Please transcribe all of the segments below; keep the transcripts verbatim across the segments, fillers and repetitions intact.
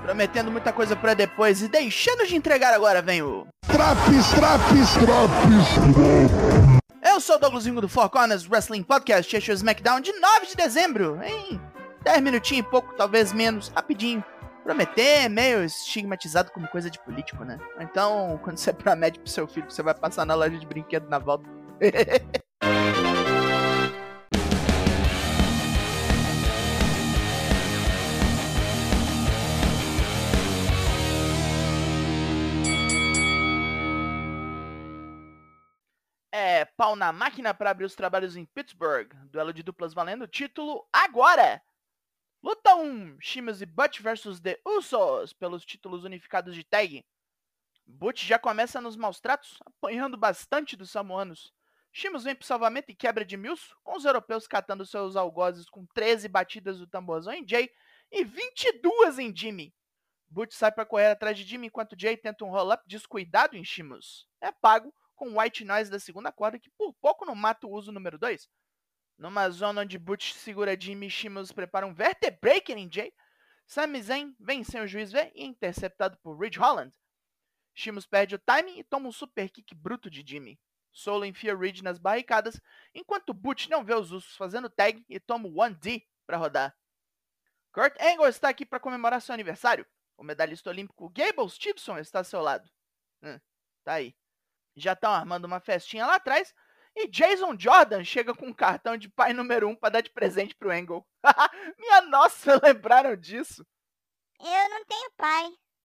Prometendo muita coisa pra depois e deixando de entregar agora, vem o... Traps, traps, traps. Eu sou o Douglasinho do Four Corners Wrestling Podcast, este é o SmackDown de nove de dezembro, em dez minutinhos e pouco, talvez menos, rapidinho. Prometer é meio estigmatizado como coisa de político, né? Então, quando você promete pro seu filho que você vai passar na loja de brinquedo na volta... É, pau na máquina para abrir os trabalhos em Pittsburgh. Duelo de duplas valendo o título agora. Luta um, Sheamus e Butch versus The Usos pelos títulos unificados de tag. Butch já começa nos maus tratos, apanhando bastante dos samoanos. Sheamus vem pro salvamento e quebra de Milso, com os europeus catando seus algozes com treze batidas do tamborzão em Jay e vinte e duas em Jimmy. Butch sai para correr atrás de Jimmy enquanto Jay tenta um roll-up descuidado em Sheamus. É pago com White Noise da segunda corda, que por pouco não mata o uso número dois. Numa zona onde Butch segura Jimmy e Sheamus prepara um vertebreaker em Jay, Sami Zayn vem sem o juiz ver e é interceptado por Ridge Holland. Sheamus perde o timing e toma um super kick bruto de Jimmy. Solo enfia Ridge nas barricadas, enquanto Butch não vê os Usos fazendo tag e toma o um D para rodar. Kurt Angle está aqui para comemorar seu aniversário. O medalhista olímpico Gable Stevenson está ao seu lado. Hum, tá aí. Já estão armando uma festinha lá atrás e Jason Jordan chega com um cartão de pai número um para dar de presente pro Angle. Minha nossa, lembraram disso? Eu não tenho pai.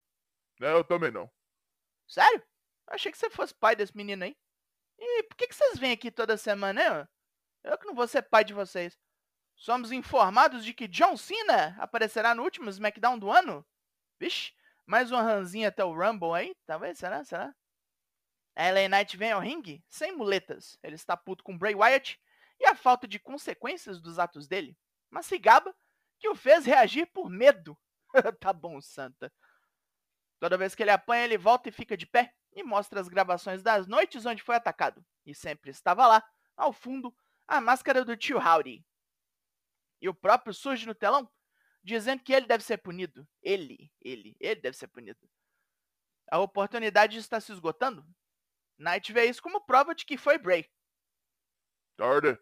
Eu também não. Sério? Eu achei que você fosse pai desse menino aí. E por que, que vocês vêm aqui toda semana, hein? Eu que não vou ser pai de vocês. Somos informados de que John Cena aparecerá no último SmackDown do ano? Vixe, mais uma ranzinha até o Rumble aí? Talvez, será? Será? A L A Knight vem ao ringue sem muletas. Ele está puto com Bray Wyatt e a falta de consequências dos atos dele. Mas se gaba que o fez reagir por medo. Tá bom, santa. Toda vez que ele apanha, ele volta e fica de pé e mostra as gravações das noites onde foi atacado. E sempre estava lá, ao fundo, a máscara do tio Howdy. E o próprio surge no telão, dizendo que ele deve ser punido. Ele, ele, ele deve ser punido. A oportunidade está se esgotando. Knight vê isso como prova de que foi Bray. Tarde.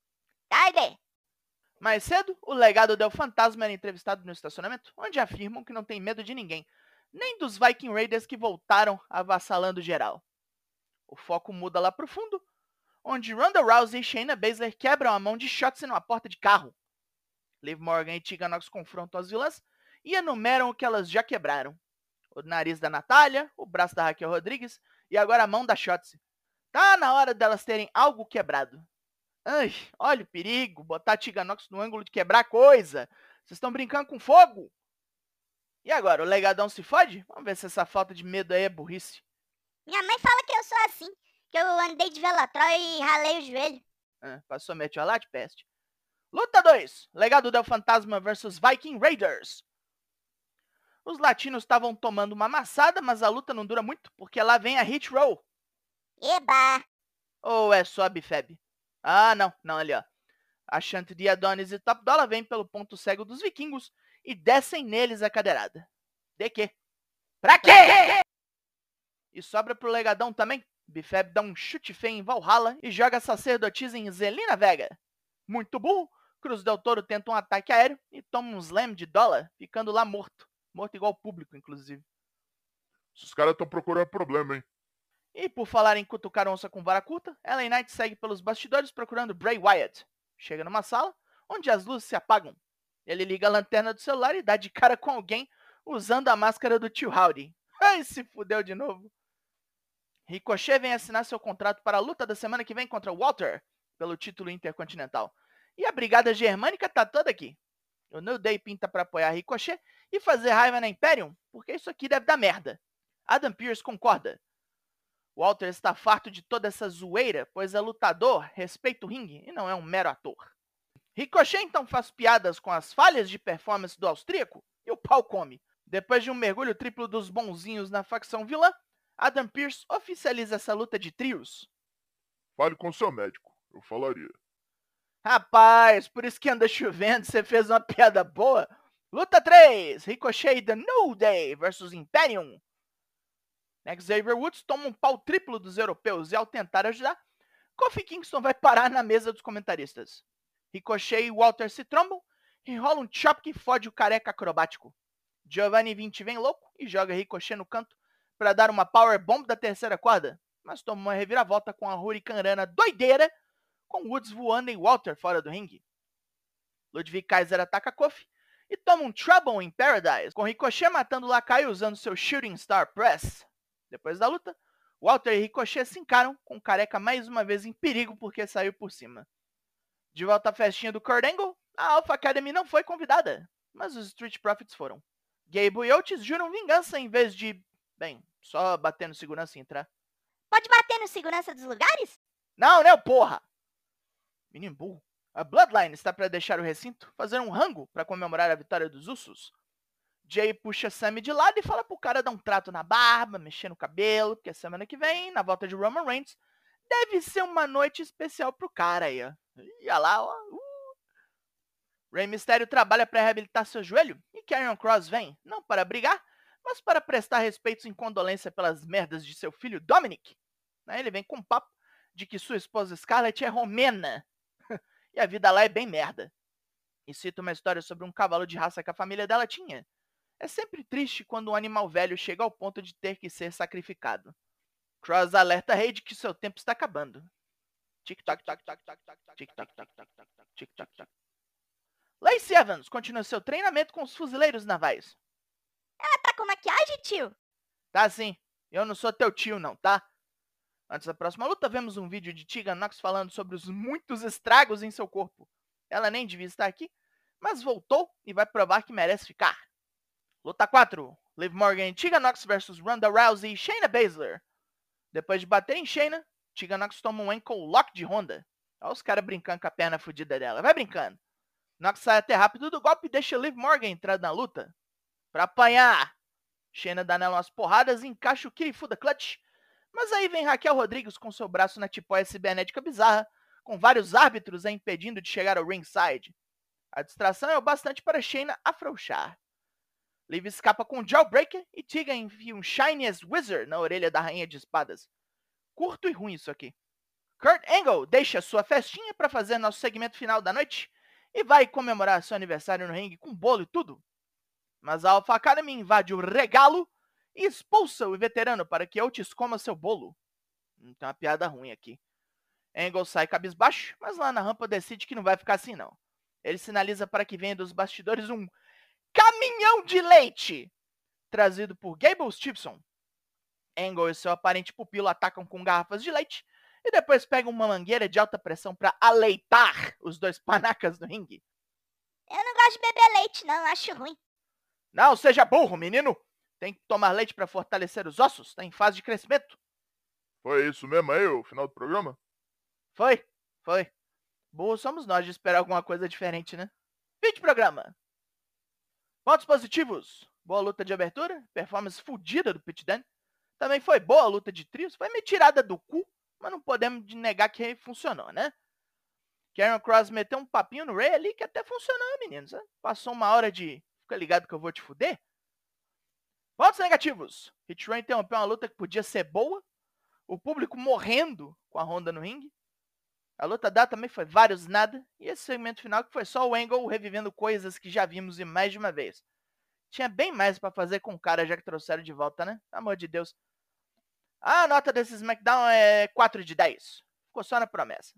Tarde. Mais cedo, o legado del Fantasma era entrevistado no estacionamento, onde afirmam que não tem medo de ninguém, nem dos Viking Raiders que voltaram avassalando geral. O foco muda lá pro fundo, onde Ronda Rousey e Shayna Baszler quebram a mão de Shotzi numa porta de carro. Liv Morgan e Tegan Nox confrontam as vilãs e enumeram o que elas já quebraram. O nariz da Natália, o braço da Raquel Rodrigues e agora a mão da Shotzi. Tá na hora delas terem algo quebrado. Ai, olha o perigo, botar a Tegan Nox no ângulo de quebrar coisa. Vocês estão brincando com fogo? E agora, o legadão se fode? Vamos ver se essa falta de medo aí é burrice. Minha mãe fala que eu sou assim, que eu andei de Velotrol e ralei o joelho. Ah, passou metiolate, peste. Luta dois, Legado del Fantasma versus Viking Raiders. Os latinos estavam tomando uma amassada, mas a luta não dura muito, porque lá vem a Hit Roll. Eba! Ou é só a Bifeb? Ah, não, não, ali ó. A Shanti de Adonis e Top Dollar vêm pelo ponto cego dos vikingos e descem neles a cadeirada. De quê? Pra quê? E sobra pro legadão também. Bifeb dá um chute feio em Valhalla e joga a sacerdotisa em Zelina Vega. Muito burro, Cruz del Toro tenta um ataque aéreo e toma um slam de Dollar, ficando lá morto. Morto igual o público, inclusive. Esses caras estão procurando problema, hein? E por falar em cutucar onça com vara curta, L A Knight segue pelos bastidores procurando Bray Wyatt. Chega numa sala, onde as luzes se apagam. Ele liga a lanterna do celular e dá de cara com alguém usando a máscara do tio Howdy. Ai, se fudeu de novo. Ricochet vem assinar seu contrato para a luta da semana que vem contra Walter, pelo título intercontinental. E a brigada germânica tá toda aqui. O New Day pinta para apoiar Ricochet e fazer raiva na Imperium, porque isso aqui deve dar merda. Adam Pearce concorda. Walter está farto de toda essa zoeira, pois é lutador, respeita o ringue e não é um mero ator. Ricochet então faz piadas com as falhas de performance do austríaco e o pau come. Depois de um mergulho triplo dos bonzinhos na facção vilã, Adam Pearce oficializa essa luta de trios. Fale com seu médico, eu falaria. Rapaz, por isso que anda chovendo, você fez uma piada boa? Luta três, Ricochet e The New Day versus Imperium. Xavier Woods toma um pau triplo dos europeus e ao tentar ajudar, Kofi Kingston vai parar na mesa dos comentaristas. Ricochet e Walter se trombam e rola um chop que fode o careca acrobático. Giovanni vinte vem louco e joga Ricochet no canto para dar uma powerbomb da terceira corda, mas toma uma reviravolta com a Hurricanrana doideira, com Woods voando e Walter fora do ringue. Ludwig Kaiser ataca Kofi e toma um Trouble in Paradise, com Ricochet matando o lacaio usando seu Shooting Star Press. Depois da luta, Walter e Ricochet se encaram, com o careca mais uma vez em perigo porque saiu por cima. De volta à festinha do Kurt Angle, a Alpha Academy não foi convidada, mas os Street Profits foram. Gable e Otis juram vingança em vez de, bem, só bater no segurança e entrar. Pode bater no segurança dos lugares? Não, né, porra! Menino burro. A Bloodline está para deixar o recinto, fazer um rango para comemorar a vitória dos Usos. Jay puxa Sammy de lado e fala pro cara dar um trato na barba, mexer no cabelo, porque a semana que vem, na volta de Roman Reigns, deve ser uma noite especial pro cara aí, ó. Ia lá, ó. Uh. Rey Mysterio trabalha para reabilitar seu joelho e Karrion Kross vem, não para brigar, mas para prestar respeitos em condolência pelas merdas de seu filho Dominic. Aí ele vem com um papo de que sua esposa Scarlett é romena e a vida lá é bem merda. E cita uma história sobre um cavalo de raça que a família dela tinha. É sempre triste quando um animal velho chega ao ponto de ter que ser sacrificado. Kross alerta Rey de que seu tempo está acabando. Tic-tac, tic-tac, tic-tac, tic-tac, tic-tac. Lacey Evans continua seu treinamento com os fuzileiros navais. Ela tá com maquiagem, tio? Tá sim. Eu não sou teu tio não, tá? Antes da próxima luta, vemos um vídeo de Tegan Nox falando sobre os muitos estragos em seu corpo. Ela nem devia estar aqui, mas voltou e vai provar que merece ficar. Luta quatro. Liv Morgan e Tegan Nox versus Ronda Rousey e Shayna Baszler. Depois de bater em Shayna, Tegan Nox toma um ankle lock de Ronda. Olha os caras brincando com a perna fodida dela. Vai brincando. Nox sai até rápido do golpe e deixa Liv Morgan entrar na luta. Pra apanhar. Shayna dá nela umas porradas e encaixa o Kirifuda Clutch. Mas aí vem Raquel Rodrigues com seu braço na tipóia cibernética bizarra, com vários árbitros a impedindo de chegar ao ringside. A distração é o bastante para Shayna afrouxar. Liv escapa com um Jawbreaker e Tegan enfia um Shiny as Wizard na orelha da Rainha de Espadas. Curto e ruim isso aqui. Kurt Angle deixa sua festinha para fazer nosso segmento final da noite e vai comemorar seu aniversário no ringue com bolo e tudo. Mas a Alpha Academy invade o regalo e expulsa o veterano para que Otis coma seu bolo. Hum, tem uma piada ruim aqui. Angle sai cabisbaixo, mas lá na rampa decide que não vai ficar assim não. Ele sinaliza para que venha dos bastidores um caminhão de leite, trazido por Gable Stevenson. Angle e seu aparente pupilo atacam com garrafas de leite e depois pegam uma mangueira de alta pressão para aleitar os dois panacas no ringue. Eu não gosto de beber leite, não. Acho ruim. Não seja burro, menino. Tem que tomar leite para fortalecer os ossos. Está em fase de crescimento. Foi isso mesmo aí, o final do programa? Foi, foi. Burro somos nós de esperar alguma coisa diferente, né? Fim de programa. Pontos positivos. Boa luta de abertura. Performance fodida do Pit Dunne. Também foi boa a luta de trios. Foi meio tirada do cu, mas não podemos negar que funcionou, né? Karrion Kross meteu um papinho no Rey ali que até funcionou, meninos. Né? Passou uma hora de fica ligado que eu vou te fuder. Pontos negativos. Hit Row interrompeu uma luta que podia ser boa. O público morrendo com a Ronda no ringue. A luta dela também foi vários nada. E esse segmento final que foi só o Angle revivendo coisas que já vimos e mais de uma vez. Tinha bem mais pra fazer com o cara já que trouxeram de volta, né? Pelo amor de Deus. A nota desse SmackDown é quatro de dez. Ficou só na promessa.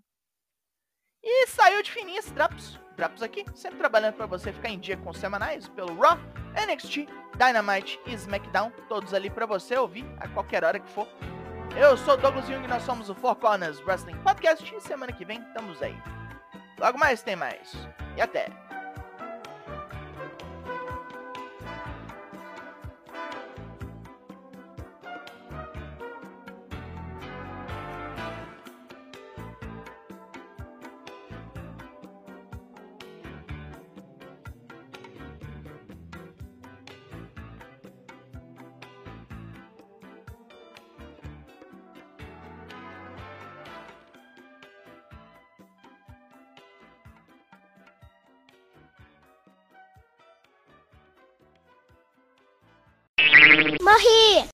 E saiu de fininhos trapos. Trapos aqui, sempre trabalhando pra você ficar em dia com os semanais pelo Raw, N X T, Dynamite e SmackDown. Todos ali pra você ouvir a qualquer hora que for. Eu sou o Douglas Jung e nós somos o Four Corners Wrestling Podcast. E semana que vem estamos aí. Logo mais tem mais. E até. Morri!